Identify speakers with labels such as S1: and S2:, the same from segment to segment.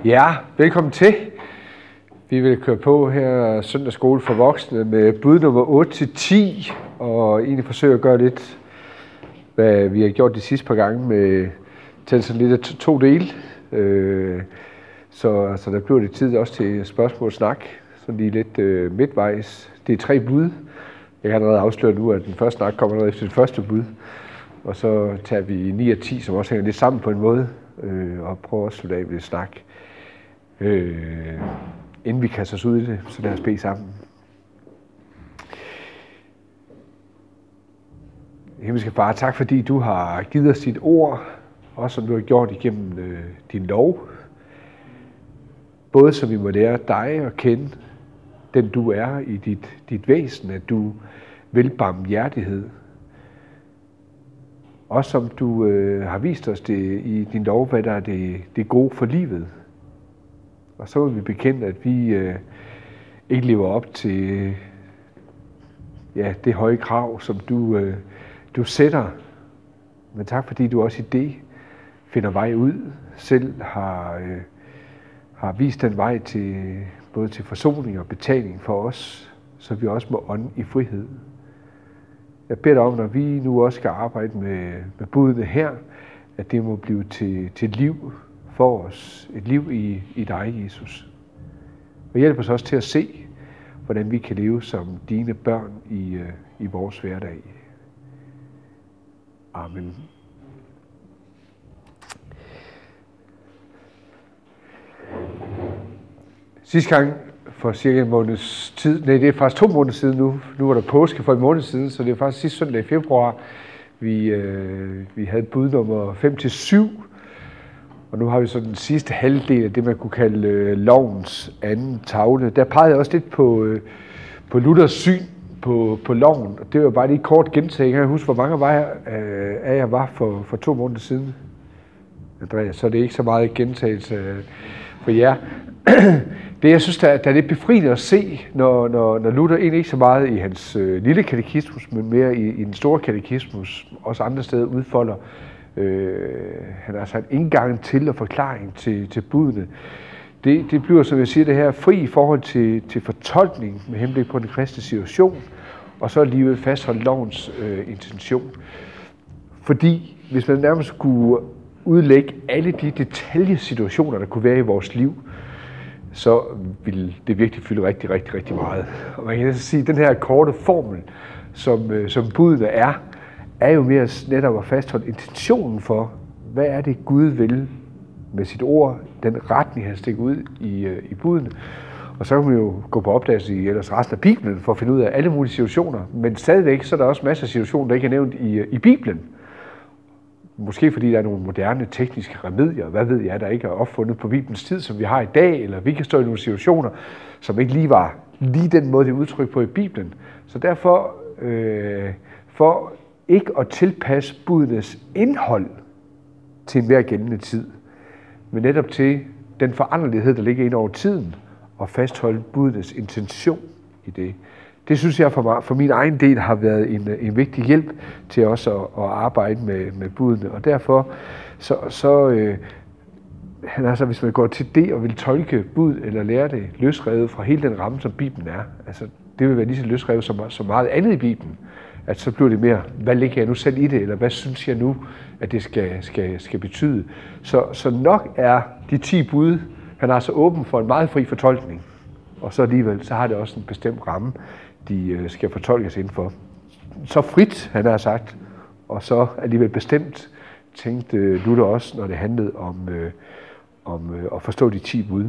S1: Ja, velkommen til. Vi vil køre på her søndagsskole for voksne med bud nummer 8-10, og egentlig forsøge at gøre lidt, hvad vi har gjort de sidste par gange, med til sådan lidt af to dele. Så der bliver det tid også til spørgsmål og snak, så lige lidt midtvejs. Det er 3 bud. Jeg kan allerede afsløre nu, at den første snak kommer allerede efter det første bud. Og så tager vi 9 og 10, som også hænger lidt sammen på en måde, og prøver også at slutte af med snak. Inden vi kaster os ud i det, så lad os bede sammen. Himmelske Far, tak fordi du har givet os dit ord, også som du har gjort igennem din lov. Både så vi må lære dig at kende, den du er i dit væsen, at du vil barmhjertighed. Også som du har vist os det i din lov, hvad der er det gode for livet. Og så vil vi bekende, at vi ikke lever op til det høje krav, som du sætter. Men tak fordi du også i det finder vej ud. Selv har vist den vej til både til forsoning og betaling for os, så vi også må ånde i frihed. Jeg beder dig om, når vi nu også skal arbejde med budene her, at det må blive til et liv for os. Et liv i dig, Jesus. Og hjælp os også til at se, hvordan vi kan leve som dine børn i vores hverdag. Amen. Sidste gang for cirka en måneds tid, det er faktisk 2 måneder siden nu. Nu var der påske for en måned siden, så det er faktisk sidste søndag i februar. Vi havde bud nummer 5-7, og nu har vi så den sidste halvdel af det, man kunne kalde lovens anden tavle. Der pegede jeg også lidt på Luthers syn på loven, og det var bare lige kort gentage. Jeg kan huske, hvor mange af jer var for 2 måneder siden. Andreas, så det er ikke så meget gentagelse for jer. Det, jeg synes, der er lidt befriende at se, når Luther egentlig ikke så meget i hans lille katekismus, men mere i den store katekismus, også andre steder udfolder. Han har altså en indgang til og forklaring til budene. Det bliver, som jeg siger, det her fri i forhold til fortolkning med henblik på den kristne situation, og så alligevel fastholde lovens intention. Fordi hvis man nærmest skulle udlægge alle de detaljesituationer, der kunne være i vores liv, så ville det virkelig fylde rigtig, rigtig, rigtig meget. Og man kan sige, at den her korte formel, som budene er jo mere netop at fastholde intentionen for, hvad er det Gud vil med sit ord, den retning han stikker ud i budene. Og så kan man jo gå på opdagelse i ellers resten af Bibelen for at finde ud af alle mulige situationer, men stadigvæk så er der også masser af situationer, der ikke er nævnt i Bibelen. Måske fordi der er nogle moderne tekniske remedier, hvad ved jeg, der ikke er opfundet på Bibelens tid, som vi har i dag, eller vi kan stå i nogle situationer, som ikke lige var lige den måde, det er udtrykt på i Bibelen. Så derfor, for ikke at tilpasse budenes indhold til en mere gældende tid, men netop til den foranderlighed, der ligger ind over tiden, og fastholde budenes intention i det. Det synes jeg for min egen del har været en vigtig hjælp til også at arbejde med budene. Og derfor, altså, hvis man går til det og vil tolke bud eller lære det løsrevet fra hele den ramme, som Bibelen er, altså det vil være lige så løsrevet som meget andet i Bibelen, at så bliver det mere, hvad ligger jeg nu selv i det, eller hvad synes jeg nu, at det skal betyde. Så nok er de 10 bud, han er så åben for en meget fri fortolkning, og så alligevel, så har det også en bestemt ramme, de skal fortolkes indenfor. Så frit, han har sagt, og så alligevel bestemt, tænkte Luther også, når det handlede om at forstå de 10 bud.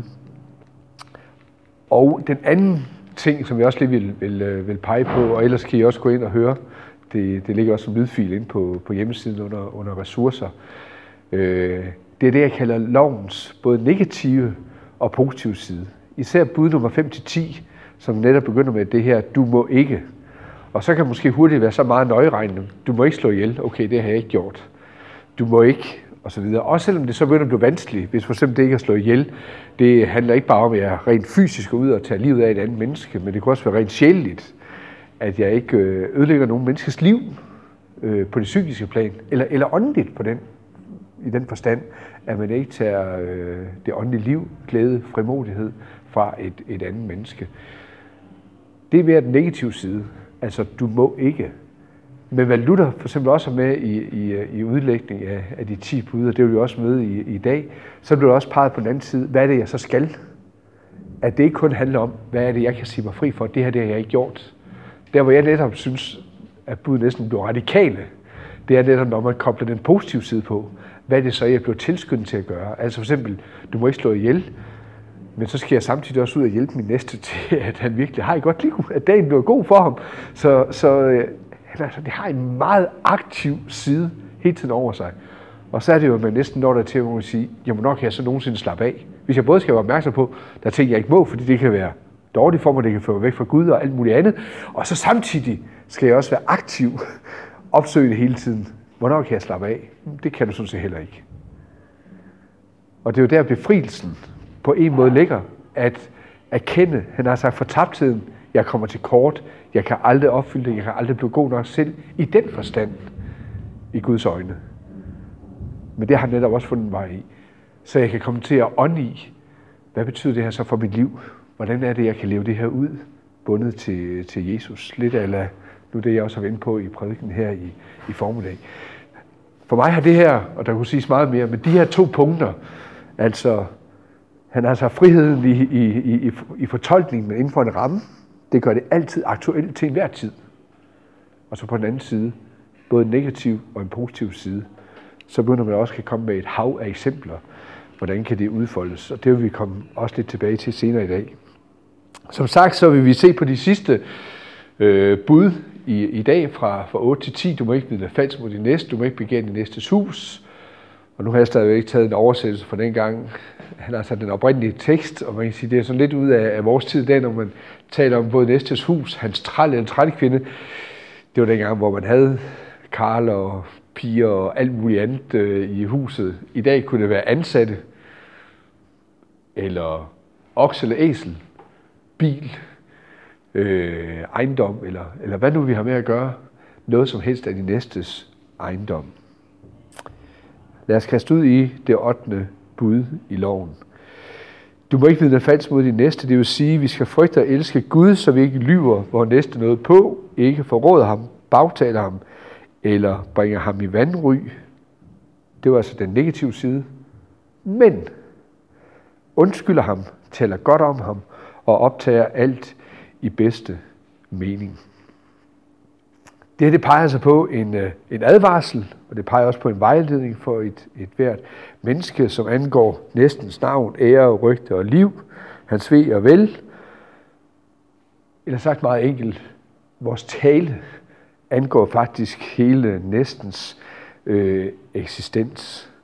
S1: Og den anden ting, som jeg også lige vil pege på, og ellers kan I også gå ind og høre, det ligger også som lydfil inde på hjemmesiden under ressourcer. Det er det, jeg kalder lovens både negative og positive side. Især bud nummer 5-10, som netop begynder med det her, du må ikke. Og så kan måske hurtigt være så meget nøjeregnende. Du må ikke slå ihjel. Okay, det har jeg ikke gjort. Du må ikke, og så videre. Også selvom det så begynder at blive vanskeligt, hvis for eksempel det ikke er at slå ihjel. Det handler ikke bare om, at jeg rent fysisk går ud og tager livet af et andet menneske, men det kan også være rent sjæleligt, at jeg ikke ødelægger nogen menneskes liv på det psykiske plan, eller åndeligt på den i den forstand, at man ikke tager det åndelige liv, glæde, frimodighed fra et andet menneske. Det er mere den negative side. Altså, du må ikke. Men hvad Luther for eksempel også er med i udlægning af de 10 bud, og det vil vi også møde i dag, så bliver der også peget på den anden side, hvad er det, jeg så skal? At det ikke kun handler om, hvad er det, jeg kan sige mig fri for, det her det har jeg ikke gjort. Der, hvor jeg netop synes, at bud næsten bliver radikale, det er netop, når man kobler den positive side på. Hvad er det så, jeg bliver tilskyndet til at gøre? Altså for eksempel, du må ikke slå ihjel, men så skal jeg samtidig også ud og hjælpe min næste til, at han virkelig har et godt liv, at dagen bliver god for ham. Så det har en meget aktiv side hele tiden over sig. Og så er det jo, at man næsten når der til at sige, jamen nok kan jeg så nogensinde slappe af. Hvis jeg både skal være opmærksom på, der er ting, jeg ikke må, fordi det kan være dårligt for mig, det kan føre væk fra Gud og alt muligt andet. Og så samtidig skal jeg også være aktiv, opsøge det hele tiden. Hvornår kan jeg slappe af? Det kan du sådan set heller ikke. Og det er jo der befrielsen på en måde ligger, at erkende, han har sagt fortabtheden, jeg kommer til kort, jeg kan aldrig opfylde det, jeg kan aldrig blive god nok selv, i den forstand, i Guds øjne. Men det har han netop også fundet mig i. Så jeg kan komme til at ånde i, hvad betyder det her så for mit liv? Hvordan er det, jeg kan leve det her ud, bundet til Jesus? Lidt eller nu det, jeg også har været inde på i prædiken her i formiddag. For mig har det her, og der kunne siges meget mere, men de her 2 punkter, altså han har så friheden i fortolkningen, men inden for en ramme, det gør det altid aktuelt til enhver tid. Og så på den anden side, både en negativ og en positiv side, så begynder man også kan komme med et hav af eksempler, hvordan kan det udfoldes, og det vil vi komme også lidt tilbage til senere i dag. Som sagt, så vil vi se på de sidste bud i dag fra 8 til 10. Du må ikke blive falsk mod din næste, du må ikke begære din næstes hus. Og nu har jeg stadigvæk ikke taget en oversættelse fra den gang. Han har sat den oprindelige tekst, og man kan sige, det er sådan lidt ud af vores tid i dag, når man taler om både næstes hus, hans træl eller trælkvinde. Det var dengang, hvor man havde Karl og piger og alt muligt andet i huset. I dag kunne det være ansatte, eller okse eller æsel, bil, ejendom, eller hvad nu vi har med at gøre. Noget som helst af de næstes ejendom. Lad os kaste ud i det 8. bud i loven. Du må ikke vidne falsk mod din næste, det vil sige, at vi skal frygte og elske Gud, så vi ikke lyver vor næste noget på, ikke forråder ham, bagtaler ham, eller bringer ham i vanry. Det var altså den negative side. Men undskylder ham, taler godt om ham, og optager alt i bedste mening. Det peger altså på en advarsel, og det peger også på en vejledning for et hvert menneske, som angår næstens navn, ære, rygte og liv, hans ve og vel. Eller sagt meget enkelt, vores tale angår faktisk hele næstens eksistens.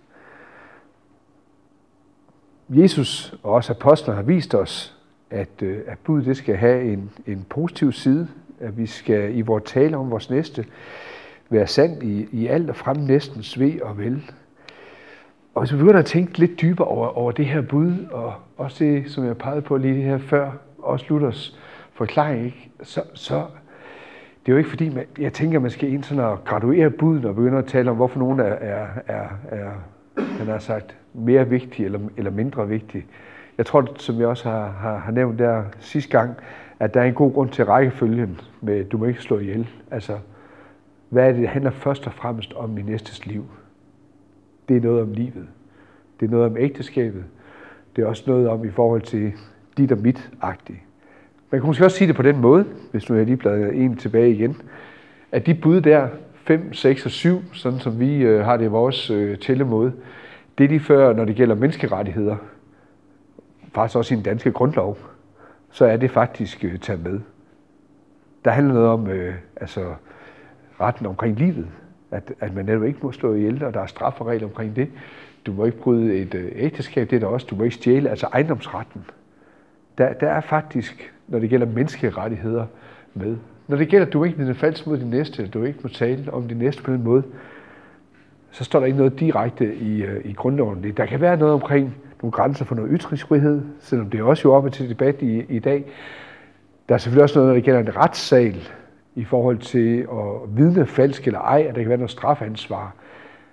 S1: Jesus og også apostler har vist os, at bud det skal have en positiv side, at vi skal i vores tale om vores næste være sand i alt og fremme næstens ve og vel. Og hvis vi begynder at tænke lidt dybere over det her bud, og også det, som jeg pegede på lige her før, også Luthers forklaring, ikke? Så det er jo ikke fordi, jeg tænker, at man skal ind sådan og graduere buden og begynde at tale om, hvorfor nogen er han har sagt, mere vigtig eller mindre vigtig. Jeg tror, som jeg også har nævnt der sidste gang, at der er en god grund til rækkefølgen med, du må ikke slå ihjel. Altså, hvad er det handler først og fremmest om i næstes liv? Det er noget om livet. Det er noget om ægteskabet. Det er også noget om i forhold til dit og mit-agtigt. Man kan måske også sige det på den måde, hvis nu jeg lige bladrer en tilbage igen, at de bud der, 5, 6 og 7, sådan som vi har det i vores tællemåde, det er de før, når det gælder menneskerettigheder, faktisk også i den danske grundlov, så er det faktisk taget med. Der handler noget om retten omkring livet, at man netop ikke må slå ihjel, og der er strafferegler omkring det. Du må ikke bryde et ægteskab, det er der også. Du må ikke stjæle, altså ejendomsretten. Der er faktisk, når det gælder menneskerettigheder, med. Når det gælder, at du ikke vidner falsk mod din næste, eller du ikke må tale om din næste på den måde, så står der ikke noget direkte i grundloven. Der kan være noget omkring nogle grænser for noget ytringsfrihed, selvom det er også jo oppe til debat i dag. Der er selvfølgelig også noget, når det gælder en retssal, i forhold til at vidne falsk eller ej, at der kan være noget strafansvar.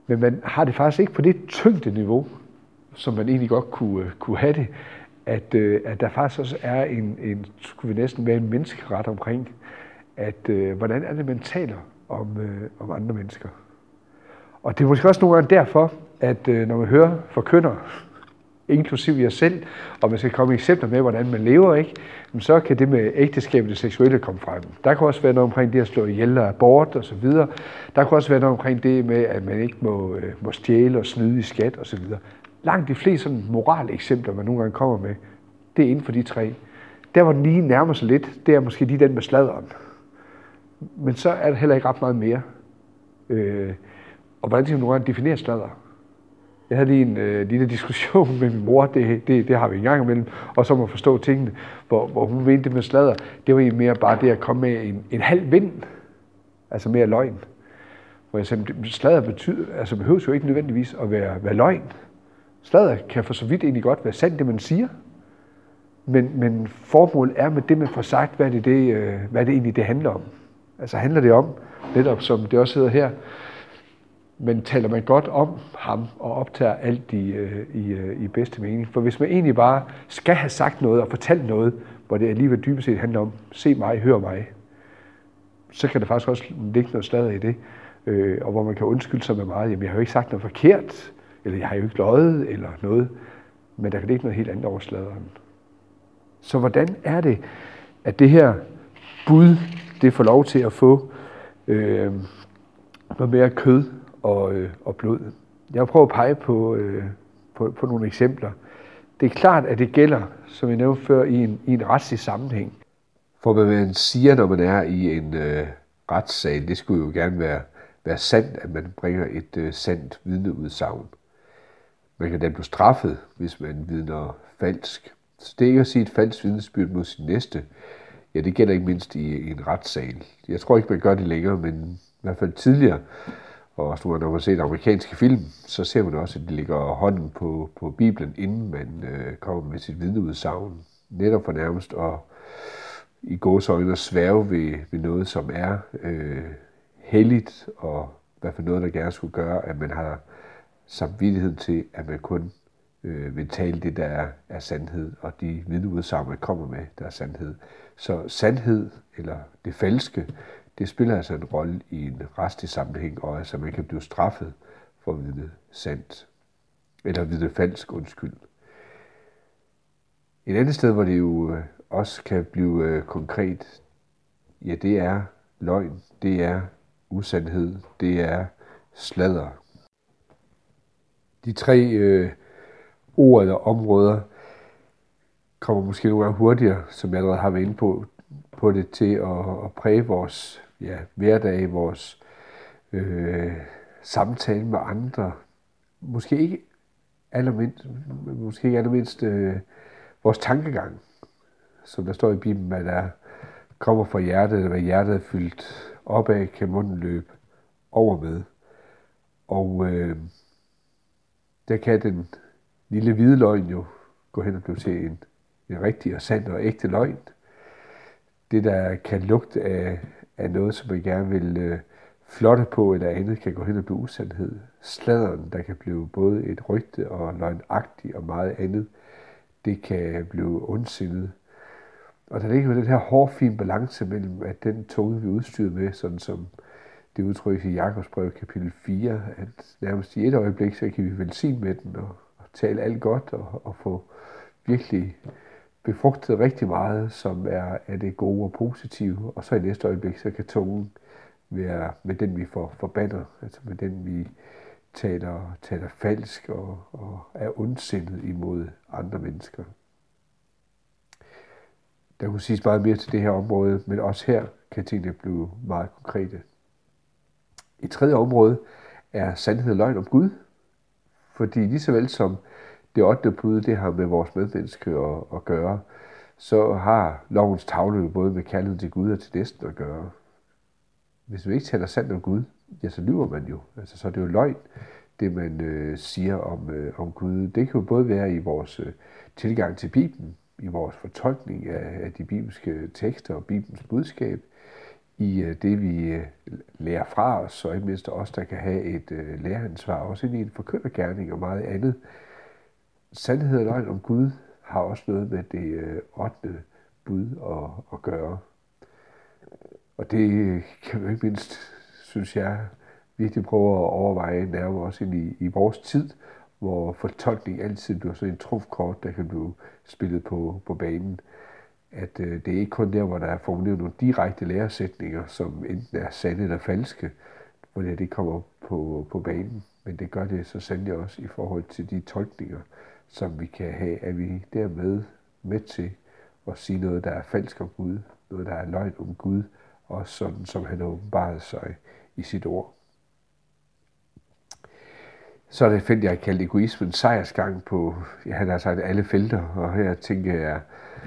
S1: Men man har det faktisk ikke på det tyngdeniveau, som man egentlig godt kunne have det, at der faktisk også er skulle vi næsten være en menneskeret omkring, hvordan er det, man taler om andre mennesker. Og det er måske også nogle gange derfor, at når man hører forkyndere, inklusiv jeg selv, og man skal komme eksempler med, hvordan man lever, ikke? Så kan det med ægteskab og det seksuelle komme frem. Der kan også være noget omkring det at slå ihjel og abort og så videre. Der kan også være noget omkring det med, at man ikke må stjæle og snyde i skat og så videre. Langt de fleste sådan morale eksempler, man nogle gange kommer med, det er inden for de tre. Der, hvor den lige nærmer sig lidt, det er måske lige den med sladderen. Men så er der heller ikke ret meget mere. Og hvordan skal man nogle gange definere sladder? Jeg havde lige en lille diskussion med min mor, det har vi en gang imellem, og så må forstå tingene, hvor hun mente det med sladder. Det var egentlig mere bare det at komme med en halv vind, altså mere løgn. Hvor jeg sagde, sladder behøves jo ikke nødvendigvis at være løgn. Sladder kan for så vidt egentlig godt være sandt, det man siger. Men formålet er med det, man får sagt, hvad det egentlig det handler om. Altså handler det om, netop som det også hedder her, men taler man godt om ham og optager alt i bedste mening. For hvis man egentlig bare skal have sagt noget og fortalt noget, hvor det alligevel dybest set handler om, se mig, hør mig, så kan der faktisk også ligge noget sladder i det. Og hvor man kan undskylde sig med meget. Jamen, jeg har jo ikke sagt noget forkert, eller jeg har jo ikke løjet, eller noget. Men der kan ligge noget helt andet over sladderen. Så hvordan er det, at det her bud, det får lov til at få noget mere kød og blod? Jeg vil prøve at pege på nogle eksempler. Det er klart, at det gælder, som jeg nævnte før, i en retslig sammenhæng. For hvad man siger, når man er i en retssag, det skulle jo gerne være sandt, at man bringer et sandt vidneudsagn. Man kan da blive straffet, hvis man vidner falsk. Så det er ikke at sige et falsk vidnesbyrd mod sin næste. Ja, det gælder ikke mindst i en retssal. Jeg tror ikke, man gør det længere, men i hvert fald tidligere. Og også når man ser amerikanske film, så ser man også, at de lægger hånden på Bibelen, inden man kommer med sit vidneudsagn. Netop for nærmest at i gåseøjne at sværge ved noget, som er helligt, og i hvert fald noget, der gerne skulle gøre, at man har samvittighed til, at man kun vil tale det, der er sandhed, og de vidneudsagn, man kommer med, der er sandhed. Så sandhed, eller det falske, det spiller altså en rolle i en retslig sammenhæng, og altså man kan blive straffet for at vidne sandt, eller vidne falsk, undskyld. Et andet sted, hvor det jo også kan blive konkret, ja, det er løgn, det er usandhed, det er sladder. De tre ord eller områder kommer måske nogle gange hurtigere, som jeg allerede har været inde på det, til at præge vores hverdag, vores samtale med andre. Måske ikke allermindst vores tankegang, som der står i Bibelen, hvad der kommer fra hjertet, eller hvad hjertet er fyldt op af, kan munden løbe over med. Og der kan den lille hvide løgn jo gå hen og blive til en rigtig og sand og ægte løgn. Det, der kan lugte af noget, som man gerne vil flotte på eller andet, kan gå hen og blive usandhed. Sladderen, der kan blive både et rygte og løgnagtigt og meget andet, det kan blive ondsindet. Og der ligger jo den her hårfine balance mellem, at den tunge, vi er udstyret med, sådan som det udtrykkes i Jakobsbrevet kapitel 4, at nærmest i et øjeblik, så kan vi velsigne med den og tale alt godt og få virkelig befrugtet rigtig meget, som er det gode og positive. Og så i næste øjeblik, så kan tungen være med den, vi forbander, altså med den, vi taler falsk og er ondsindet imod andre mennesker. Der kunne siges meget mere til det her område, men også her kan tingene blive meget konkrete. Et tredje område er sandhed og løgn om Gud, fordi lige så vel som det 8. bud, det har med vores medmenneske at gøre, så har lovens tavle både med kærlighed til Gud og til næsten at gøre. Hvis vi ikke taler sandt om Gud, ja, så lyver man jo. Altså, så er det jo løgn, det man siger om Gud. Det kan jo både være i vores tilgang til Bibelen, i vores fortolkning af de bibelske tekster og Bibelens budskab, i det, vi lærer fra os, og ikke mindst os, der kan have et læreransvar, også ind i en forkyndergerning og meget andet. Sandhed og løgn om Gud har også noget med det 8. bud at gøre. Og det kan vi ikke mindst, synes jeg, virkelig prøve at overveje nærmere også ind i vores tid, hvor fortolkning altid bliver sådan en trumfkort, der kan blive spillet på banen. At det er ikke kun der, hvor der er formuleret nogle direkte læresætninger, som enten er sande eller falske, hvor det kommer på banen. Men det gør det så sandelig også i forhold til de tolkninger, som vi kan have, at vi dermed med til at sige noget, der er falsk om Gud, noget, der er løgn om Gud, og sådan, som han har åbenbaret sig i sit ord. Så er det fint, jeg har kaldt egoismen sejrsgang på, han har sagt alle felter, og her tænker jeg,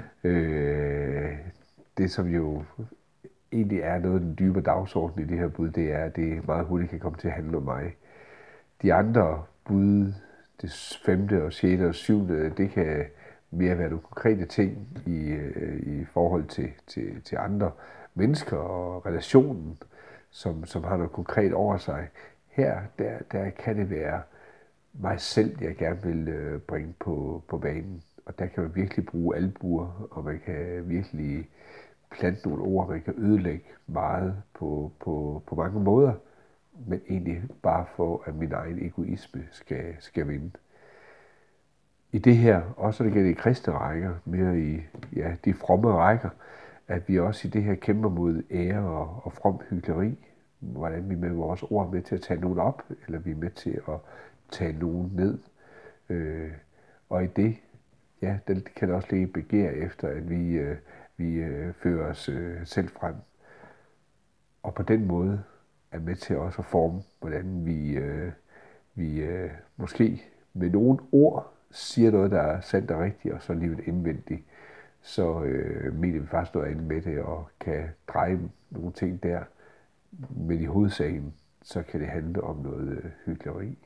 S1: det som jo egentlig er noget af den dybe dagsorden i det her bud, det er, at det meget hurtigt kan komme til at handle om mig. De andre bud, det 5., og 6. og 7., det kan mere være nogle konkrete ting i forhold til andre mennesker og relationen, som har noget konkret over sig. Her, der kan det være mig selv, jeg gerne vil bringe på banen. Og der kan man virkelig bruge albuer, og man kan virkelig plante nogle ord, man kan ødelægge meget på mange måder, men egentlig bare for, at min egen egoisme skal vinde. I det her, også når det gælder i kristne rækker, mere i de fromme rækker, at vi også i det her kæmper mod ære og from hykleri, hvordan vi med vores ord er med til at tage nogen op, eller vi er med til at tage nogen ned. Og i det, der kan også ligge begær efter, at vi fører os selv frem. Og på den måde er med til også at forme, hvordan vi måske med nogle ord siger noget, der er sandt og rigtigt, og så alligevel indvendigt, så mener vi faktisk noget andet med det, og kan dreje nogle ting der. Men i hovedsagen, så kan det handle om noget hykleri.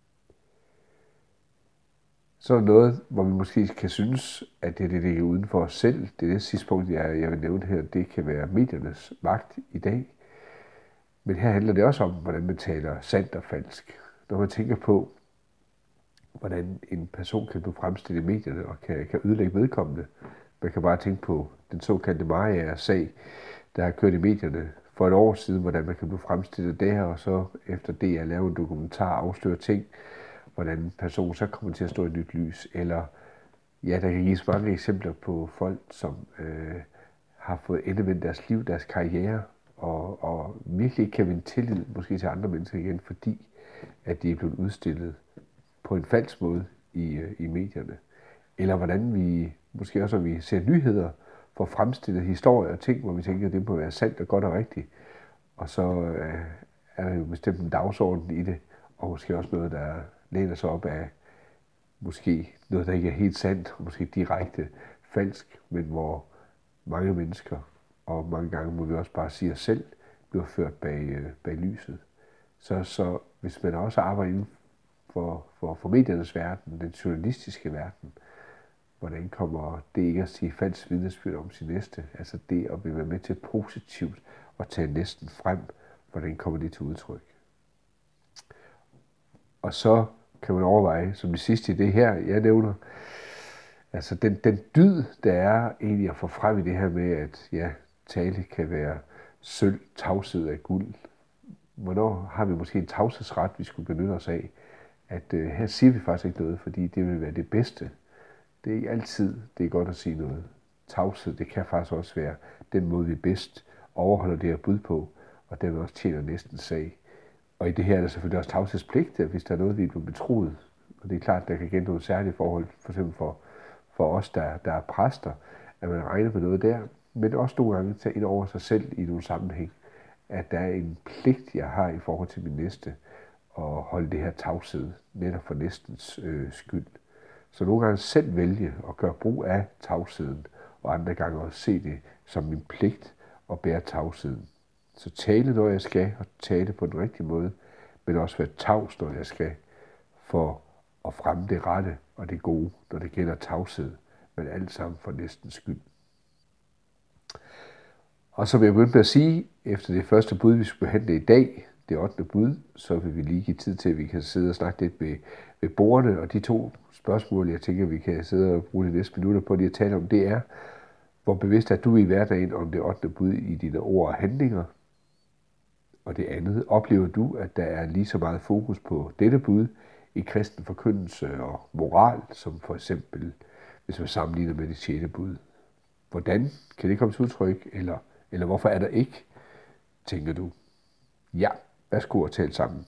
S1: Så er der noget, hvor vi måske kan synes, at det ligger uden for os selv. Det sidste punkt, jeg vil nævne her, det kan være mediernes magt i dag. Men her handler det også om, hvordan man taler sandt og falsk. Når man tænker på, hvordan en person kan blive fremstillet i medierne og kan ødelægge vedkommende. Man kan bare tænke på den såkaldte Maria-sag, der har kørt i medierne for et år siden, hvordan man kan blive fremstillet der, og så efter det at lave en dokumentar afsløre ting, hvordan en person så kommer til at stå i et nyt lys. Eller der kan gives mange eksempler på folk, som har fået endevendt deres liv, deres karriere, og virkelig ikke kan vinde tillid måske til andre mennesker igen, fordi at de er blevet udstillet på en falsk måde i medierne. Eller hvordan vi, måske også når vi ser nyheder, får fremstillet historier og ting, hvor vi tænker, at det må være sandt og godt og rigtigt. Og så er der jo bestemt en dagsorden i det, og måske også noget, der læner sig op af måske noget, der ikke er helt sandt, og måske direkte falsk, men hvor mange mennesker, og mange gange må vi også bare sige os selv, bliver ført bag lyset. Så hvis man også arbejder inden for mediernes verden, den journalistiske verden, hvordan kommer det ikke at sige falsk vidnesbyrd om sin næste, altså det at blive med til positivt og tage næsten frem, hvordan kommer det til udtryk. Og så kan man overveje, som det sidste i det her, jeg nævner, altså den dyd, der er egentlig at få frem i det her med, at tale kan være sølv, tavshed af guld. Hvornår har vi måske en tavshedsret, vi skulle benytte os af? At her siger vi faktisk ikke noget, fordi det vil være det bedste. Det er ikke altid, det er godt at sige noget. Tavshed, det kan faktisk også være den måde, vi bedst overholder det her bud på, og derved også tjener næsten sag. Og i det her er der selvfølgelig også tavshedspligt, hvis der er noget, vi er blevet betroet. Og det er klart, der kan gælde nogle særlige forhold, for eksempel for os, der er præster, at man regner med noget der, men også nogle gange tage ind over sig selv i nogle sammenhæng, at der er en pligt, jeg har i forhold til min næste, at holde det her tavshed, netop for næstens skyld. Så nogle gange selv vælge at gøre brug af tavsheden, og andre gange også se det som min pligt at bære tavsheden. Så tale, når jeg skal, og tale på den rigtige måde, men også være tavs, når jeg skal, for at fremme det rette og det gode, når det gælder tavshed, men alt sammen for næstens skyld. Og som jeg begyndte med at sige, efter det første bud, vi skulle behandle i dag, det 8. bud, så vil vi lige give tid til, at vi kan sidde og snakke lidt ved bordene. Og de 2 spørgsmål, jeg tænker, vi kan sidde og bruge de næste minutter på lige at tale om, det er, hvor bevidst er du i hverdagen om det 8. bud i dine ord og handlinger? Og det andet, oplever du, at der er lige så meget fokus på dette bud i kristen forkyndelse og moral, som for eksempel, hvis man sammenligner med det 6. bud? Hvordan kan det komme til udtryk, eller hvorfor er der ikke, tænker du? Ja, værsgo og tale sammen.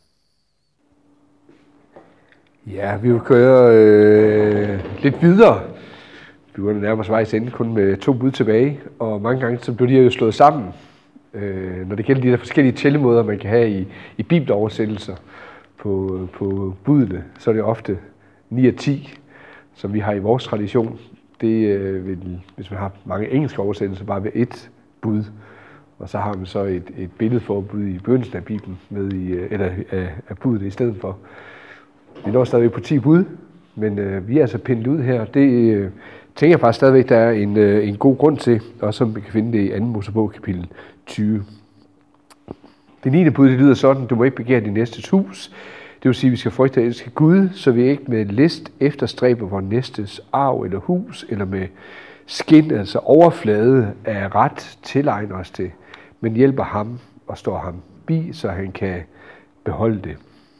S1: Ja, vi vil køre lidt videre. Vi var nærmest vejs ende kun med 2 bud tilbage, og mange gange så blev de jo slået sammen. Når det gælder de der forskellige tællemåder, man kan have i bibeloversættelser på budene, så er det ofte 9 og 10, som vi har i vores tradition. Det vil, hvis man har mange engelske oversættelser, bare ved 1 bud. Og så har man så et billedforbud i begyndelsen af Bibelen med af budet i stedet for. Vi når stadigvæk på 10 bud, men vi er altså pindet ud her. Det tænker jeg faktisk stadigvæk, der er en god grund til, og som vi kan finde det i 2. Mosebog kapitel 20. Det 9. bud, det lyder sådan: du må ikke begære din næstes hus. Det vil sige, at vi skal frygte og elske Gud, så vi ikke med list efterstræber vores næstes arv eller hus, eller med skin, altså overflade af ret tilegner os det, men hjælper ham og står ham bi, så han kan beholde det.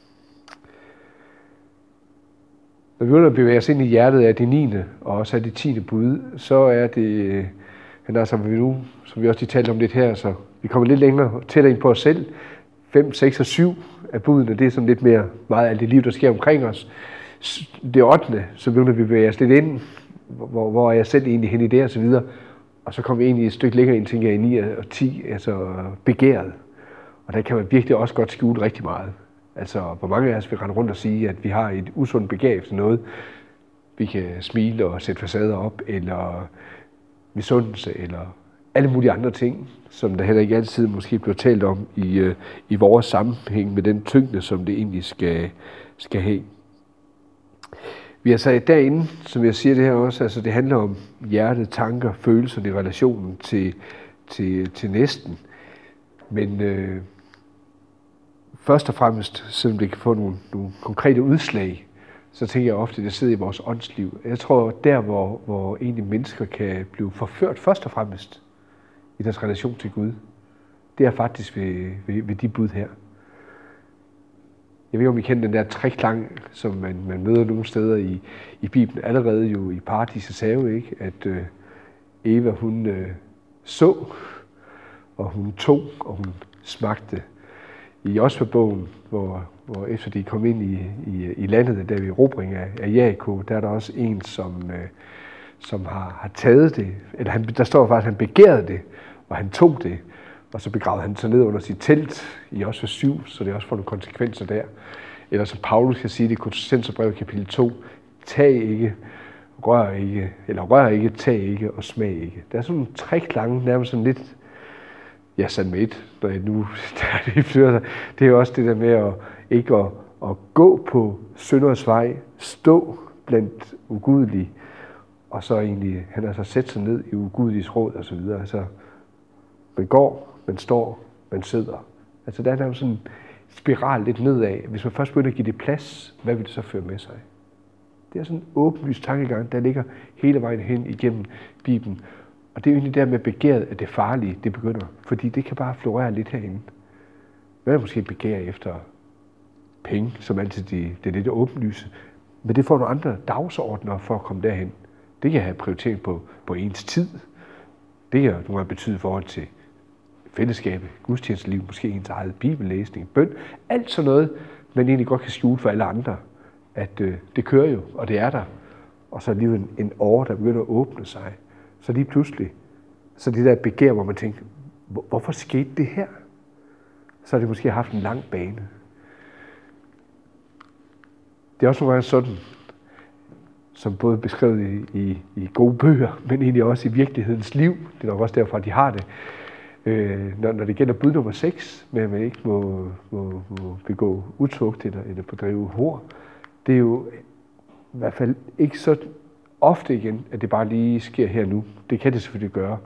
S1: Når vi begynder at bevæge os ind i hjertet af det 9. og også af det 10. bud, så er det, som vi også talte om lidt her, så vi kommer lidt længere tættere ind på os selv. 5, 6 og 7 af budene, det er sådan lidt mere meget af det liv, der sker omkring os. Det 8. så begynder vi at bevæge os lidt ind, hvor er jeg selv egentlig hen i det og så videre. Og så kommer vi egentlig et stykke længere ind, tænker jeg, i 9 og 10, altså begæret. Og der kan man virkelig også godt skjule rigtig meget. Altså, hvor mange af os vil rende rundt og sige, at vi har et usundt begær efter noget. Vi kan smile og sætte facader op, eller misundelse, eller alle mulige andre ting, som der heller ikke altid måske bliver talt om i vores sammenhæng med den tyngde, som det egentlig skal have. Vi har sagt derinde, som jeg siger det her også, altså det handler om hjertet, tanker, følelser i relationen til næsten. Men først og fremmest, selvom det kan få nogle konkrete udslag, så tænker jeg ofte, at det sidder i vores åndsliv. Jeg tror, der hvor egentlig mennesker kan blive forført først og fremmest i deres relation til Gud, det er faktisk ved de bud her. Jeg ved ikke, om I kender den der træklang, som man møder nogle steder i Bibelen, allerede jo i Paradisets have, ikke? At Eva, hun så, og hun tog, og hun smagte. I Josva-bogen, hvor efter de kom ind i landet, der ved erobring af Jericho, der er der også en, som har taget det, eller der står faktisk, at han begærede det, og han tog det, og så begravede han sig ned under sit telt i Josva 7, så det også får nogle konsekvenser der. Eller som Paulus kan sige det i Kolossenserbrevet kapitel 2, tag ikke, rør ikke, tag ikke og smag ikke. Der er sådan nogle træklange, nærmest sådan lidt, ja, salme 1, når jeg nu det er jo også det der med ikke at gå på synders vej, stå blandt ugudelige, og så egentlig, han har så sat sig ned i ugudeliges råd og så videre. Altså, man går, man står, man sidder. Altså der er sådan en spiral lidt nedad. Hvis man først begynder at give det plads, hvad vil det så føre med sig? Det er sådan en åbenlyst tankegang, der ligger hele vejen hen igennem Bibelen. Og det er jo egentlig der med begæret, at det farlige, det begynder. Fordi det kan bare florere lidt herinde. Man er måske begær efter penge, som altid det er lidt åbenlyse. Men det får nogle andre dagsordner for at komme derhen. Det kan have prioritering på ens tid. Det kan nogle gange betyde i forhold til fællesskabet, gudstjenesteliv, måske ens eget bibellæsning, bøn. Alt sådan noget, man egentlig godt kan skjule for alle andre. At det kører jo, og det er der. Og så alligevel en år, der begynder at åbne sig. Så lige pludselig, så det der begær, hvor man tænker, hvorfor skete det her? Så har det måske haft en lang bane. Det er også nogle gange sådan, som både beskrevet i gode bøger, men egentlig også i virkelighedens liv. Det er nok også derfor, at de har det. Når det gælder bud nummer 6, med at man ikke må begå utugt eller bedrive hor, det er jo i hvert fald ikke så ofte igen, at det bare lige sker her nu. Det kan det selvfølgelig gøre.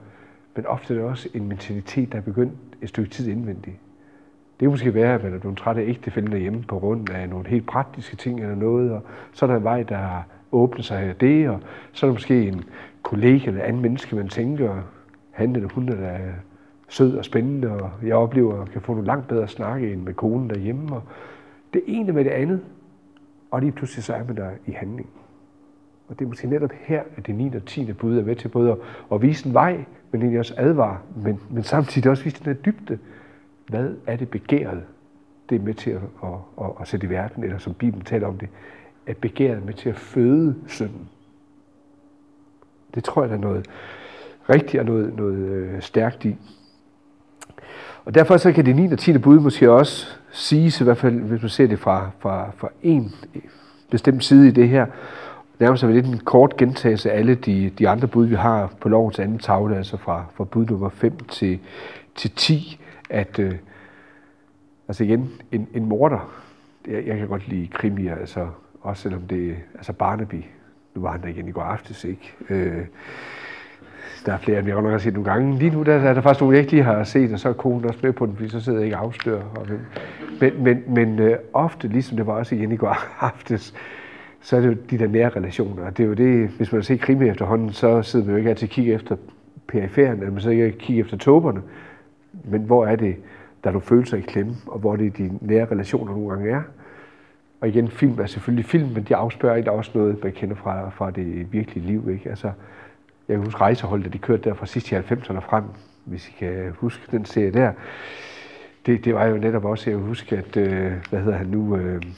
S1: men ofte er det også en mentalitet, der er begyndt et stykke tid indvendigt. Det kan måske være, at man er blevet træt af ægtefælden derhjemme på grund af nogle helt praktiske ting eller noget, og så er der en vej, der åbner sig af det, og så er der måske en kollega eller anden menneske, man tænker, han eller hun er da sød og spændende, og jeg oplever, at kan få nogle langt bedre snakke end med konen derhjemme, og det ene med det andet, og lige pludselig så er man der i handling. Og det er måske netop her, at det 9. og 10. bud er med til både at vise en vej, men egentlig også advare, men samtidig også vise den her dybde. Hvad er det begæret, det er med til at sætte i verden, eller som Bibelen taler om det, at begæret er med til at føde synden. Det tror jeg, der er noget rigtigt og noget stærkt i. Og derfor så kan det 9. og 10. bud måske også siges, i hvert fald hvis man ser det fra en bestemt side i det her, nærmest er lidt en kort gentagelse af alle de andre bud, vi har på lovens anden tavle, altså fra bud nummer 5 til 10, at altså igen, en morder, jeg kan godt lide krimier, altså også selvom det altså Barnaby, nu var han der igen i går aftes, ikke? Der er flere, end jeg nok har set nogle gange. Lige nu der er der faktisk nogle, jeg ikke lige har set, og så er konen også med på den, fordi så sidder jeg ikke og afslører. Men ofte, ligesom det var også igen i går aftes, så er det jo de der nære relationer. Og det er jo det, hvis man ser krimi efterhånden, så sidder man jo ikke altid og kigger efter periferen, eller man sidder ikke og kigger efter tåberne. Men hvor er det, der du føler sig i klemme, og hvor det de nære relationer nogle gange er. Og igen, film er selvfølgelig film, men de afspørger ikke også noget, man kender fra det virkelige liv, ikke? Altså, jeg kan huske rejseholdet, de kørte der fra sidst i 90'erne frem, hvis I kan huske den serie der. Det var jo netop også, jeg kan huske, at, hvad hedder han nu,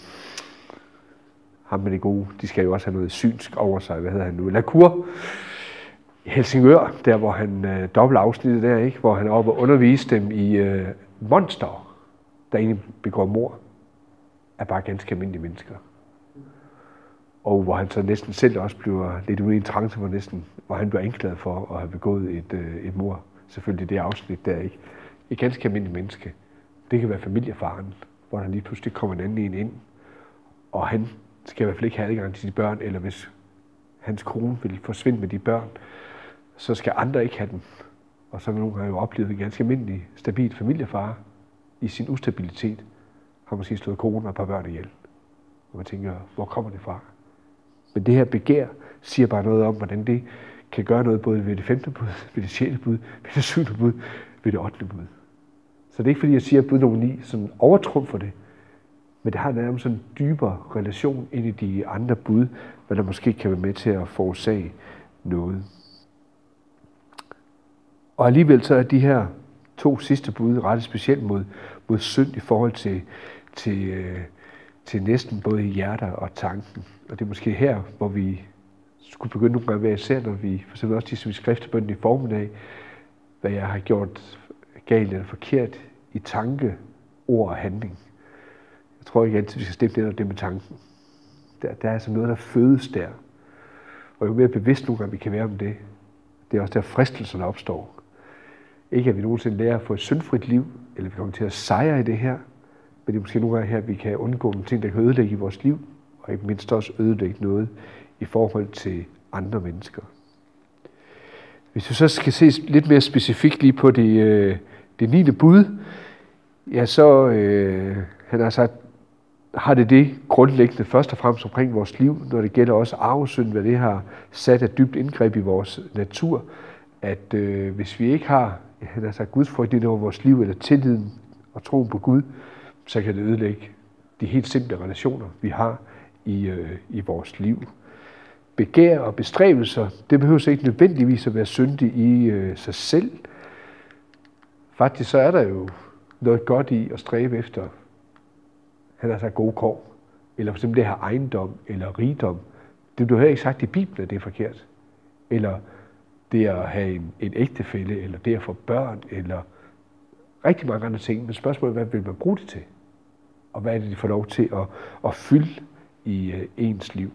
S1: ham med det gode, de skal jo også have noget synsk over sig, hvad hedder han nu, Lacour, i Helsingør, der hvor han dobbelt afsnittet der, ikke? Hvor han er oppe og underviste dem i monster, der egentlig begår mord, er bare ganske almindelige mennesker. Og hvor han så næsten selv også bliver lidt ude i en trance, hvor han bliver anklaget for at have begået et mord. Selvfølgelig det afsnit der, ikke? Et ganske almindeligt menneske. Det kan være familiefaren, hvor der lige pludselig kommer en anden ind, og han skal i hvert fald ikke have adgang til de børn, eller hvis hans kone vil forsvinde med de børn, så skal andre ikke have dem. Og så har nogle gange jo oplevet en ganske almindelig, stabil familiefar i sin ustabilitet, har måske slået kone og et par børn ihjel. Og man tænker, hvor kommer det fra? Men det her begær siger bare noget om, hvordan det kan gøre noget både ved det 5. bud, ved det 6. bud, ved det 7. bud, ved det 8. bud. Så det er ikke fordi, jeg siger, at bud nummer 9 sådan overtrumfer det, men det har nærmest sådan en dybere relation ind i de andre bud, hvad der måske kan være med til at forårsage noget. Og alligevel så er de her 2 sidste bud rettet specielt mod synd i forhold til næsten både hjerter og tanken. Og det er måske her, hvor vi skulle begynde nogle gange at være især, når vi for eksempel også de som i skriftebønden i formiddag, hvad jeg har gjort galt eller forkert i tanke, ord og handling. Jeg tror ikke altid, vi skal stemme det med tanken. Der er altså noget, der fødes der. Og jo mere bevidst nogle gange vi kan være om det, det er også der fristelserne opstår. Ikke at vi nogensinde lærer at få et syndfrit liv, eller vi kommer til at sejre i det her, men det er måske nogle gange her, at vi kan undgå nogle ting, der kan ødelægge i vores liv, og ikke mindst også ødelægge noget i forhold til andre mennesker. Hvis vi så skal se lidt mere specifikt lige på det 9. bud, ja, så han har sagt, har det grundlæggende først og fremmest omkring vores liv, når det gælder også arvesynd, hvad det har sat et dybt indgreb i vores natur, at hvis vi ikke har, han har sagt, gudsfrygt ind over vores liv, eller tilliden og troen på Gud, så kan det ødelægge de helt simple relationer, vi har i vores liv. Begær og bestræbelser, det behøver ikke nødvendigvis at være syndigt i sig selv. Faktisk så er der jo noget godt i at stræbe efter, han har sagt gode kår, eller for eksempel det her ejendom eller rigdom. Det bliver ikke sagt i Bibelen, at det er forkert. Eller det at have en ægtefælle, eller det at få børn, eller rigtig mange andre ting. Men spørgsmålet er, hvad vil man bruge det til? Og hvad er det, de får lov til at fylde i ens liv?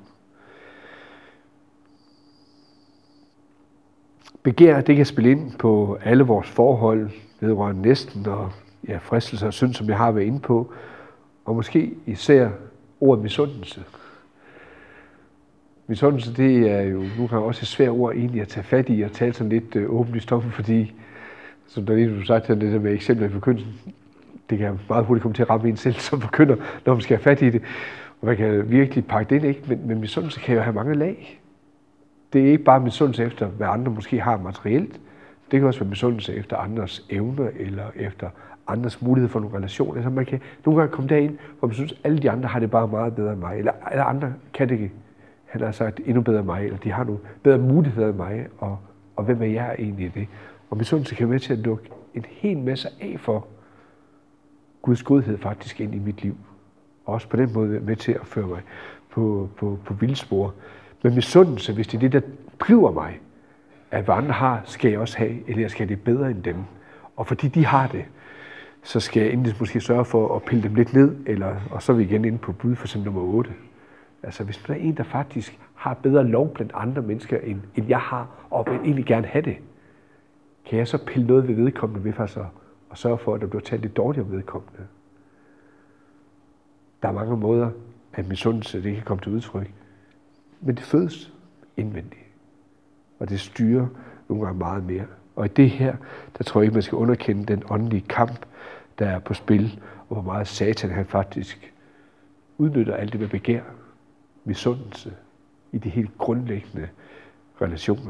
S1: Begær, det kan spille ind på alle vores forhold, vedrørende næsten og fristelser og synd, som jeg har været inde på. Og måske især ordet misundelse. Misundelse, det er jo nogle gange også et svært ord egentlig at tage fat i og tale sådan lidt åbenlyst om, fordi, som du sagde, det der med eksempler i forkyndelsen, det kan meget hurtigt komme til at ramme en selv som forkynder, når man skal have fat i det. Og man kan virkelig pakke det ind, ikke? Men misundelse kan jo have mange lag. Det er ikke bare misundelse efter, hvad andre måske har materielt. Det kan også være misundelse efter andres evner, eller efter andres mulighed for nogle relationer. Altså man kan nogle gange komme derind, hvor man synes, at alle de andre har det bare meget bedre end mig, eller alle andre kan det, han har sagt, endnu bedre end mig, eller de har nogle bedre muligheder end mig, og hvem er jeg egentlig i det? Og misundelse kan være med til at lukke en hel masse af for Guds godhed faktisk ind i mit liv. Og også på den måde være med til at føre mig på vildspor. Men misundelse, hvis det er det, der driver mig, at hvad andre har, skal jeg også have, eller jeg skal have det bedre end dem. Og fordi de har det, så skal jeg endelig måske sørge for at pille dem lidt ned, og så er vi igen inde på bud for nummer 8. Altså hvis der er en, der faktisk har bedre lov blandt andre mennesker, end jeg har, og vil egentlig gerne have det, kan jeg så pille noget ved vedkommende ved faktisk at sørge for, at der bliver talt lidt dårligt om vedkommende. Der er mange måder, at misundelse det kan komme til udtryk. Men det fødes indvendigt. Og det styrer nogle gange meget mere. Og i det her, der tror jeg ikke, man skal underkende den åndelige kamp, der er på spil, og hvor meget Satan han faktisk udnytter alt det med begær, misundelse, i de helt grundlæggende relationer.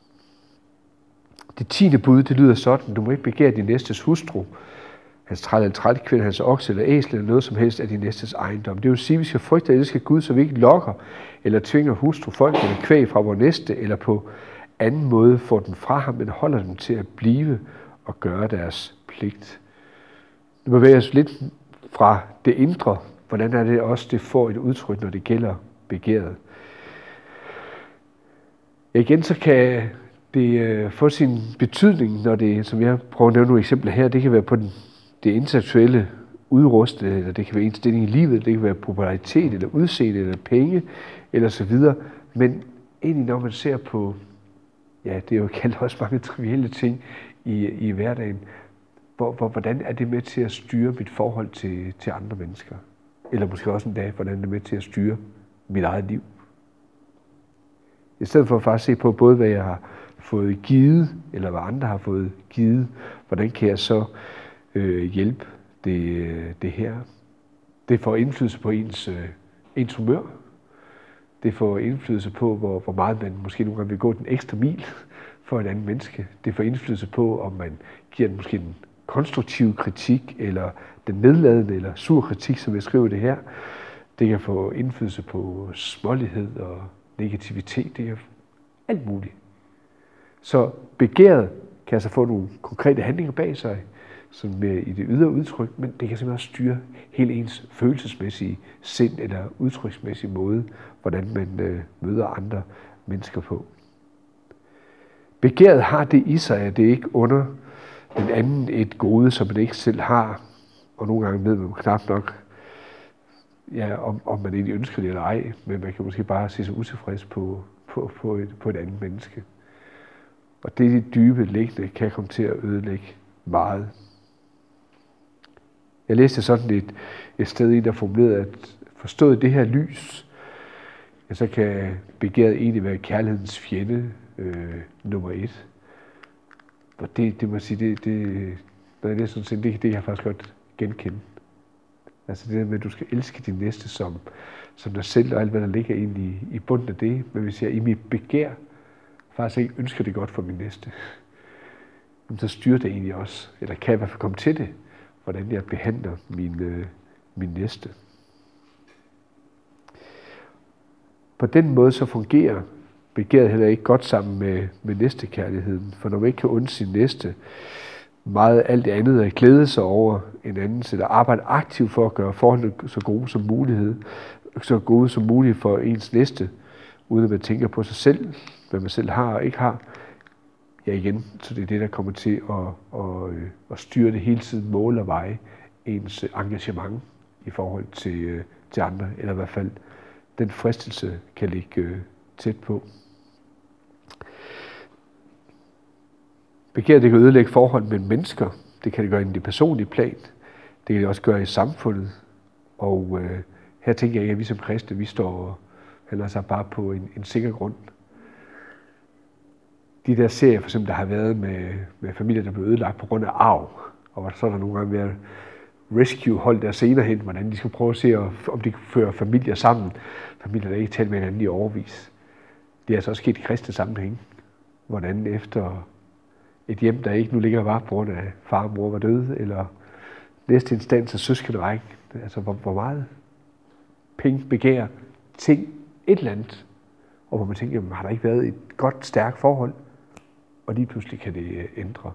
S1: Det 10. bud, det lyder sådan: du må ikke begære din næstes hustru, hans træl eller trælkvinde, hans okse eller æsel, eller noget som helst af din næstes ejendom. Det vil sige, at vi skal frygte og elske Gud, så vi ikke lokker eller tvinger hustru, folk eller kvæg fra vores næste, eller på anden måde får den fra ham, men holder dem til at blive og gøre deres pligt. Nu bevæger os lidt fra det indre. Hvordan er det også, det får et udtryk, når det gælder begæret? Igen, så kan det få sin betydning, når det, som jeg prøver at nævne nogle eksempler her, det kan være på det intellektuelle udruste, eller det kan være indstilling i livet, det kan være popularitet, eller udseende, eller penge, eller så videre. Men egentlig, når man ser på, ja, det er jo kaldt også mange trivielle ting i hverdagen, hvordan er det med til at styre mit forhold til andre mennesker? Eller måske også en dag, hvordan er det med til at styre mit eget liv? I stedet for at faktisk se på både, hvad jeg har fået givet, eller hvad andre har fået givet, hvordan kan jeg så hjælpe det her? Det får indflydelse på ens humør. Det får indflydelse på, hvor meget man måske nogle gange vil gå den ekstra mil for et andet menneske. Det får indflydelse på, om man giver den måske den konstruktive kritik, eller den nedladende eller sur kritik, som jeg skriver det her. Det kan få indflydelse på smålighed og negativitet. Det kan alt muligt. Så begæret kan altså få nogle konkrete handlinger bag sig, som i det ydre udtryk, men det kan simpelthen også styre hele ens følelsesmæssige sind eller udtryksmæssige måde, hvordan man møder andre mennesker på. Begæret har det i sig, at det ikke under den anden et gode, som man ikke selv har, og nogle gange ved man knap nok, ja, om man egentlig ønsker det eller ej, men man kan måske bare se sig utilfreds på et andet menneske. Og det dybe liggende kan komme til at ødelægge meget. Jeg læste sådan et sted, der formulerede, at forstået det her lys, ja, så kan begæret egentlig være kærlighedens fjende nummer 1. Og det må jeg sige, når jeg læser sådan, det kan jeg faktisk godt genkende. Altså det der med, at du skal elske din næste som dig selv, og alt hvad der ligger egentlig i bunden af det. Men hvis jeg i mit begær faktisk ikke ønsker det godt for min næste, så styrer det egentlig også, eller kan jeg i hvert fald komme til det, hvordan jeg behandler min næste. På den måde så fungerer begæret heller ikke godt sammen med næstekærligheden, for når man ikke kan unde sin næste meget alt det andet at glæde sig over en anden, eller arbejde aktivt for at gøre forholdene så gode som muligt for ens næste, uden at man tænker på sig selv, hvad man selv har og ikke har. Ja igen, så det er det, der kommer til at styre det hele tiden, måle og veje ens engagement i forhold til andre, eller i hvert fald den fristelse kan ligge tæt på. Begæret, det kan ødelægge forhold mellem mennesker. Det kan det gøre i det personlige plan. Det kan det også gøre i samfundet. Og her tænker jeg, at vi som kristne, vi står Han er så bare på en sikker grund. De der serier, for eksempel, der har været med familier, der blev ødelagt på grund af arv, og hvor så er der nogle gange været rescue-hold der senere hen, hvordan de skal prøve at se, om de kan føre familier sammen. Familier, der ikke taler med hinanden i årevis. Det er altså også sket i kristne sammenhæng. Hvordan efter et hjem, der ikke nu ligger var på grund af far og mor var døde, eller næste instans af søskenderække. Altså hvor meget penge, begær, ting, et eller andet. Og hvor man tænker, jamen, har der ikke været et godt, stærkt forhold? Og lige pludselig kan det ændre.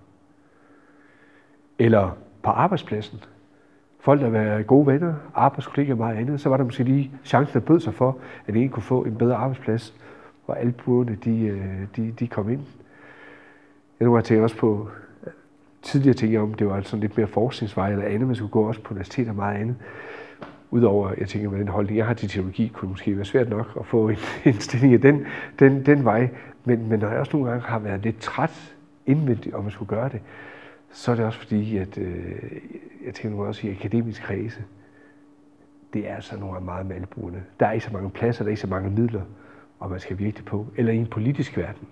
S1: Eller på arbejdspladsen. Folk, der var gode venner, arbejdskollegaer og meget andet, så var der måske lige chancen, der bød sig for, at en kunne få en bedre arbejdsplads, og albuerne, de kom ind. Jeg nu har tænkt også på, tidligere tænkte jeg om, det var altså lidt mere forskningsvej eller andet, man skulle gå også på universitet og meget andet. Udover, jeg tænker, med den holdning, jeg har til teologi, kunne det måske være svært nok at få en stilling af den vej. Men når jeg også nogle gange har været lidt træt indvendigt, om man skulle gøre det, så er det også fordi, at jeg tænker nu også i akademisk kredse, det er altså nogle meget med albuerne. Der er ikke så mange pladser, der er ikke så mange midler, og man skal virkelig på. Eller i en politisk verden.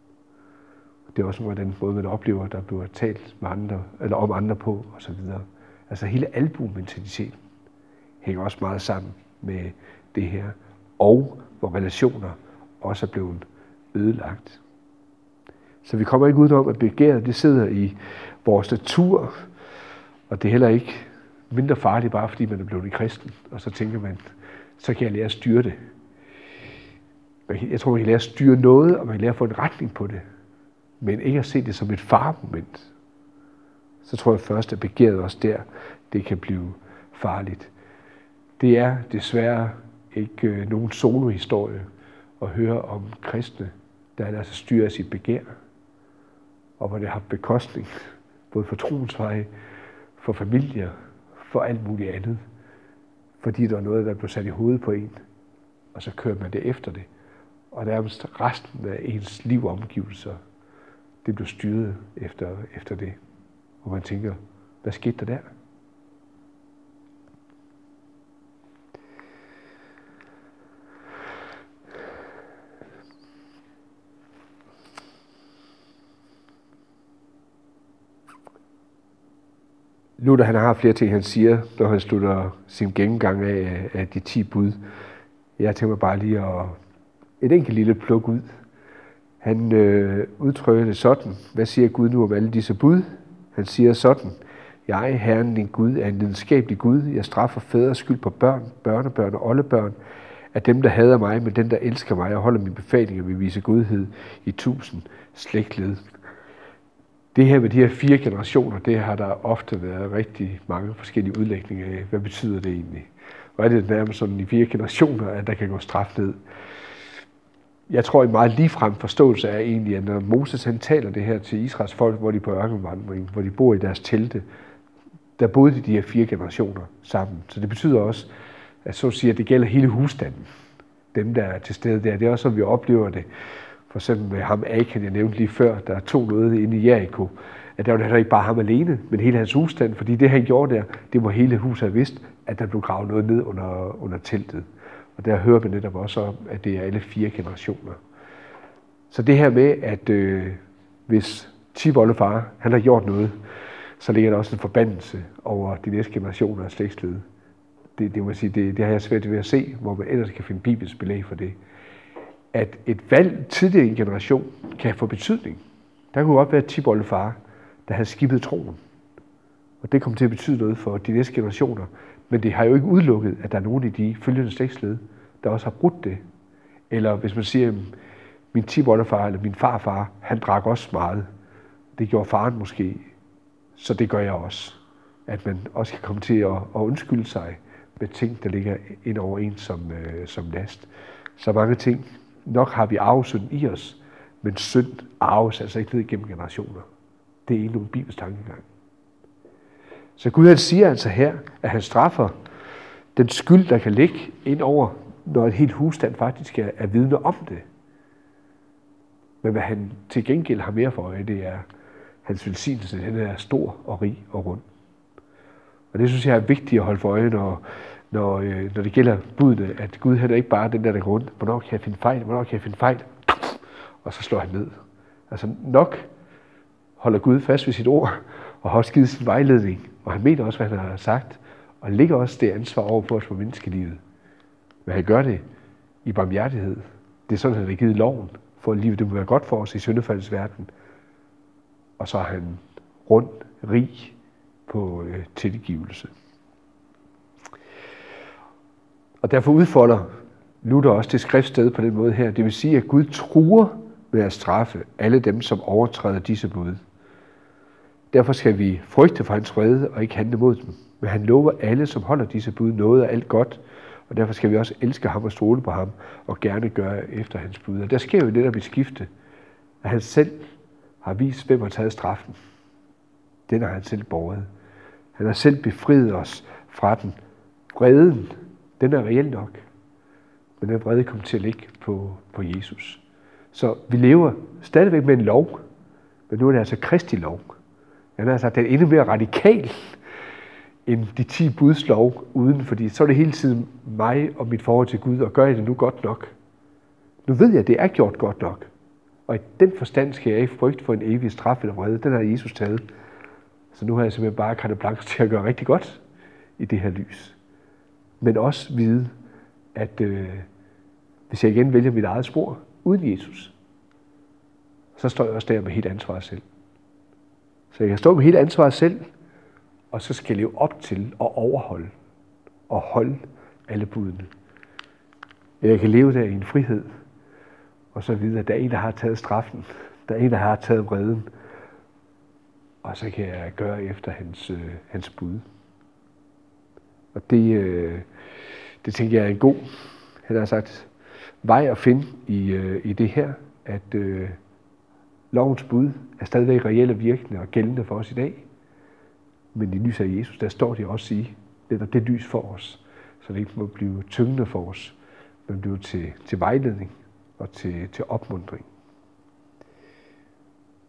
S1: Det er også nogle af den måde, man oplever, der bliver talt med andre, eller om andre på, og så videre. Altså hele albumentaliteten hænger også meget sammen med det her, og hvor relationer også er blevet ødelagt. Så vi kommer ikke ud om, at begæret det sidder i vores natur, og det er heller ikke mindre farligt, bare fordi man er blevet en kristen, og så tænker man, så kan jeg lære at styre det. Jeg tror, man kan lære at styre noget, og man kan lære at få en retning på det, men ikke at se det som et faremoment. Så tror jeg først, at begæret også der, det kan blive farligt. Det er desværre ikke nogen solohistorie at høre om kristne, der lader sig styre af sit begær, og hvor det har bekostning, både for troens vej, for familier, for alt muligt andet. Fordi der er noget, der bliver sat i hovedet på en, og så kører man det efter det. Og nærmest resten af ens liv og omgivelser, det bliver styret efter det. Og man tænker, hvad skete der? Luther, han har flere ting, han siger, når han slutter sin gennemgang af de 10 bud. Jeg tænker bare lige at et enkelt lille pluk ud. Han udtrykker det sådan. Hvad siger Gud nu om alle disse bud? Han siger sådan. Jeg, Herren din Gud, er en lidenskabelig Gud. Jeg straffer fædres skyld på børn, børnebørn og oldebørn, af dem, der hader mig, men den, der elsker mig og holder mine befalinger, vil vise godhed i 1000 slægtled. Det her med de her 4 generationer, det har der ofte været rigtig mange forskellige udlægninger af. Hvad betyder det egentlig? Og er det nærmest sådan i 4 generationer, at der kan gå straf ned? Jeg tror, en meget ligefrem forståelse er egentlig, at når Moses han taler det her til Israels folk, hvor de er på ørkenvandring, hvor de bor i deres telte, der boede de her 4 generationer sammen. Så det betyder også, at så at sige, at det gælder hele husstanden. Dem, der er til stede der. Det er også, som vi oplever det. For eksempel med ham Akan, jeg nævnte lige før, der tog noget inde i Jericho, at der var det ikke bare ham alene, men hele hans husstand, fordi det han gjorde der, det var hele huset have vidst, at der blev gravet noget ned under teltet. Og der hører vi netop også om, at det er alle 4 generationer. Så det her med, at hvis tipoldefar, han har gjort noget, så ligger der også en forbandelse over de næste generationer af slægtsled. Det må jeg sige, det har jeg svært ved at se, hvor man ellers kan finde bibelsk belæg for det. At et valg tidligere i en generation kan få betydning. Der kunne godt være et tipoldefar, der havde skibet troen. Og det kommer til at betyde noget for de næste generationer. Men det har jo ikke udelukket, at der er nogen i de følgende slægtsled, der også har brudt det. Eller hvis man siger, at min tipoldefar eller min farfar, han drak også meget. Det gjorde faren måske, så det gør jeg også. At man også kan komme til at undskylde sig med ting, der ligger ind over en som last. Så mange ting. Nok har vi arvesynden i os, men synd arves altså ikke ned gennem generationer. Det er ikke nogen bibelsk tankegang. Så Gud han siger altså her, at han straffer den skyld, der kan ligge ind over, når et helt husstand faktisk er vidne om det. Men hvad han til gengæld har mere for øje, det er hans velsignelse. Den er stor og rig og rund. Og det synes jeg er vigtigt at holde for øje, når det gælder budene, at Gud han er ikke bare den der går rundt. Hvornår kan jeg finde fejl? Hvornår kan jeg finde fejl? Og så slår han ned. Altså nok holder Gud fast ved sit ord, og har også givet sin vejledning. Og han mener også, hvad han har sagt, og lægger også det ansvar over på os for menneskelivet. Men han gør det i barmhjertighed. Det er sådan, han har givet loven, for at livet det må være godt for os i syndefaldets verden. Og så er han rund, rig på tilgivelse. Og derfor udfolder Luther også det skriftsted på den måde her. Det vil sige, at Gud truer med at straffe alle dem, som overtræder disse bud. Derfor skal vi frygte for hans vrede og ikke handle mod dem. Men han lover alle, som holder disse bud, noget af alt godt. Og derfor skal vi også elske ham og stole på ham og gerne gøre efter hans bud. Og der sker jo netop et skifte, at han selv har vist, hvem har taget straffen. Den har han selv båret. Han har selv befriet os fra den. Vreden, den er reelt nok. Men den vrede kommer til at ligge på Jesus. Så vi lever stadigvæk med en lov, men nu er det altså Kristi lov. Han har sagt, den er endnu mere radikal end de 10 buds lov uden, fordi så er det hele tiden mig og mit forhold til Gud, og gør jeg det nu godt nok? Nu ved jeg, at det er gjort godt nok. Og i den forstand skal jeg ikke frygte for en evig straf eller vrede. Den har Jesus taget. Så nu har jeg simpelthen bare carte blanche til at gøre rigtig godt i det her lys. Men også vide, at hvis jeg igen vælger mit eget spor uden Jesus, så står jeg også der med helt ansvaret selv. Så jeg kan stå med helt ansvaret selv, og så skal jeg leve op til at overholde og holde alle budene. Jeg kan leve der i en frihed, og så vide, at der er en, der har taget straffen. Der er en, der har taget vreden. Og så kan jeg gøre efter hans bud. Og det tænker jeg er en god, han har sagt, vej at finde i det her, at lovens bud er stadigvæk reelle, virkende og gældende for os i dag. Men i lys af Jesus, der står de også i netop det lys for os, så det ikke må blive tyngende for os, men blive til vejledning og til opmuntring.